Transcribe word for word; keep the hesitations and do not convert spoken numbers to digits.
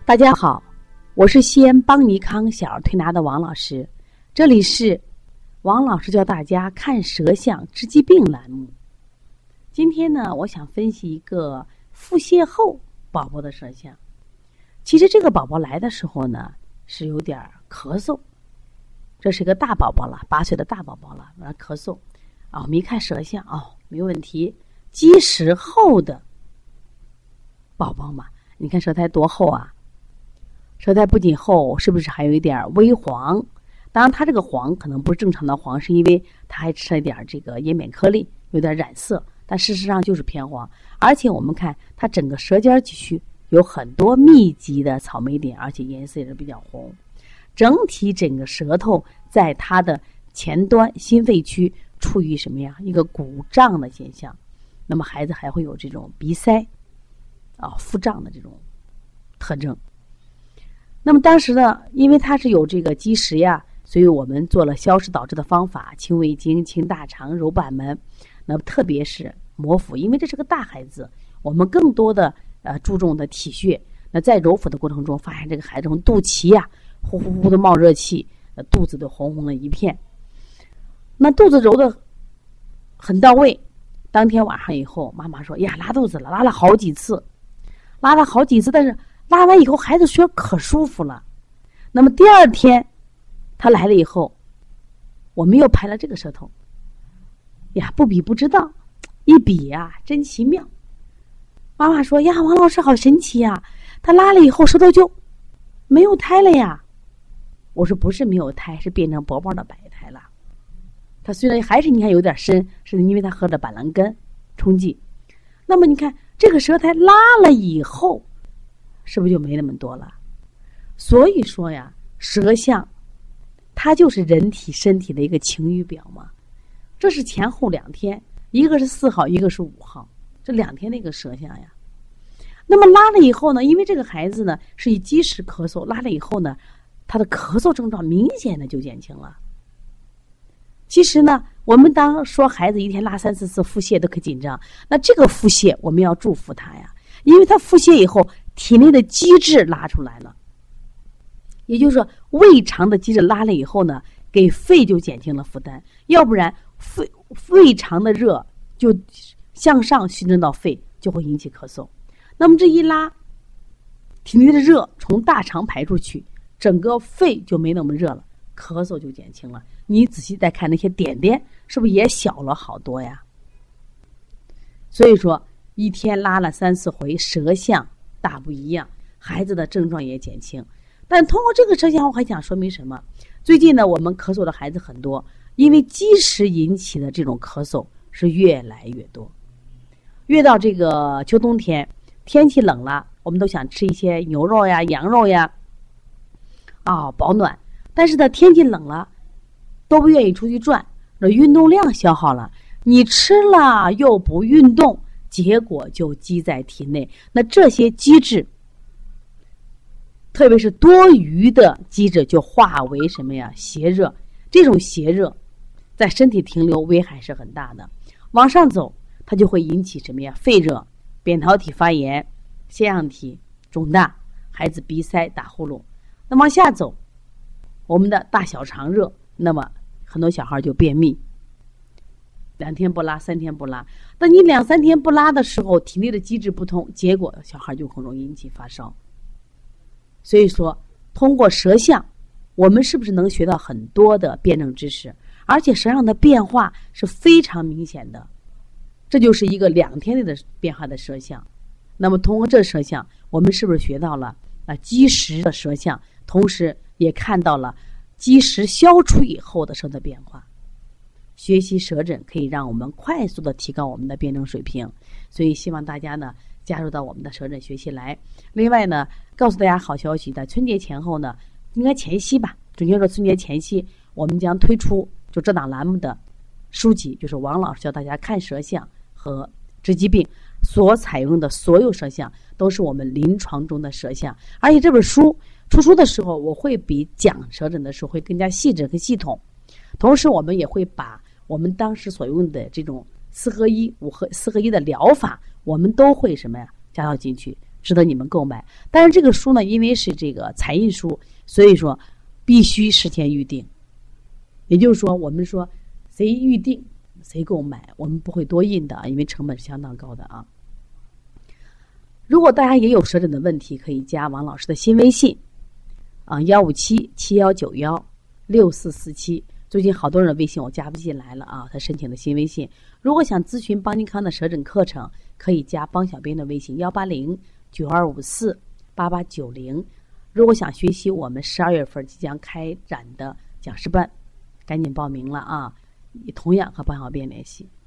大家好，我是西安邦尼康小儿推拿的王老师，这里是王老师教大家看舌象治疾病栏目。今天呢，我想分析一个腹泻后宝宝的舌象。其实这个宝宝来的时候呢，是有点咳嗽，这是一个大宝宝了，八岁的大宝宝了，完了咳嗽啊，我们一看舌象哦，没问题，积食后的宝宝嘛，你看舌苔多厚啊。舌苔不仅厚，是不是还有一点微黄？当然它这个黄可能不是正常的黄，是因为它还吃了一点这个叶冕颗粒，有点染色，但事实上就是偏黄。而且我们看它整个舌尖肌区有很多密集的草莓点，而且颜色也是比较红。整体整个舌头在它的前端心肺区处于什么呀？一个鼓胀的现象。那么孩子还会有这种鼻塞啊、腹胀的这种特征。那么当时呢，因为它是有这个积食呀，所以我们做了消食导滞的方法，清胃经、清大肠、揉板门。那么特别是摩腹，因为这是个大孩子，我们更多的呃注重的体穴。那在揉腹的过程中，发现这个孩子从肚脐呀、啊，呼呼呼的冒热气，呃，肚子都红红的一片。那肚子揉的很到位。当天晚上以后，妈妈说：“呀，拉肚子了，拉了好几次，拉了好几次，但是。”拉完以后，孩子觉得可舒服了。那么第二天，他来了以后，我们又拍了这个舌头。呀，不比不知道，一比呀，真奇妙。妈妈说：“呀，王老师好神奇呀！他拉了以后，舌头就没有苔了呀。”我说：“不是没有苔，是变成薄薄的白苔了。他虽然还是你看有点深，是因为他喝了板蓝根冲剂。那么你看这个舌苔拉了以后。”是不是就没那么多了？所以说呀，舌象它就是人体身体的一个晴雨表嘛。这是前后两天，一个是四号，一个是五号，这两天的一个舌象呀。那么拉了以后呢，因为这个孩子呢是以积食咳嗽，拉了以后呢，他的咳嗽症状明显的就减轻了。其实呢，我们当说孩子一天拉三四次腹泻都可紧张，那这个腹泻我们要祝福他呀，因为他腹泻以后。体内的机制拉出来了，也就是说胃肠的机制拉了以后呢，给肺就减轻了负担，要不然肺胃肠的热就向上熏蒸到肺，就会引起咳嗽。那么这一拉，体内的热从大肠排出去，整个肺就没那么热了，咳嗽就减轻了。你仔细再看那些点点，是不是也小了好多呀？所以说一天拉了三四回，舌象大不一样，孩子的症状也减轻。但通过这个舌象，我还想说明什么？最近呢，我们咳嗽的孩子很多，因为积食引起的这种咳嗽是越来越多。越到这个秋冬天，天气冷了，我们都想吃一些牛肉呀、羊肉呀，啊、哦，保暖。但是呢，天气冷了，都不愿意出去转，那运动量消耗了，你吃了又不运动。结果就积在体内，那这些机制，特别是多余的机制，就化为什么呀？邪热。这种邪热在身体停留，危害是很大的。往上走，它就会引起什么呀？肺热、扁桃体发炎、腺样体肿大，孩子鼻塞、打呼噜。那往下走，我们的大小肠热，那么很多小孩就便秘。两天不拉，三天不拉。那你两三天不拉的时候，体内的机制不通，结果小孩就很容易引起发烧。所以说，通过舌象，我们是不是能学到很多的辩证知识？而且舌上的变化是非常明显的，这就是一个两天内的变化的舌象。那么通过这舌象，我们是不是学到了啊积食的舌象，同时也看到了积食消除以后的舌的变化？学习舌诊可以让我们快速的提高我们的辩证水平，所以希望大家呢加入到我们的舌诊学习来。另外呢，告诉大家好消息，在春节前后呢，应该前夕吧，准确说春节前夕，我们将推出就这档栏目的书籍，就是王老师教大家看舌象和治疾病，所采用的所有舌象都是我们临床中的舌象，而且这本书出书的时候，我会比讲舌诊的时候会更加细致和系统。同时我们也会把我们当时所用的这种四合一五合四合一的疗法，我们都会什么呀加到进去， 值得你们购买。但是这个书呢，因为是这个彩印书，所以说必须事先预定。也就是说，我们说谁预定谁购买，我们不会多印的，因为成本是相当高的啊。如果大家也有舌诊的问题，可以加王老师的新微信啊，幺五七七幺九幺六四四七。最近好多人的微信我加不进来了啊，他申请的新微信。如果想咨询邦尼康的舌诊课程，可以加邦小编的微信幺八零九二五四八八九零。如果想学习我们十二月份即将开展的讲师班，赶紧报名了啊！同样和邦小编联系。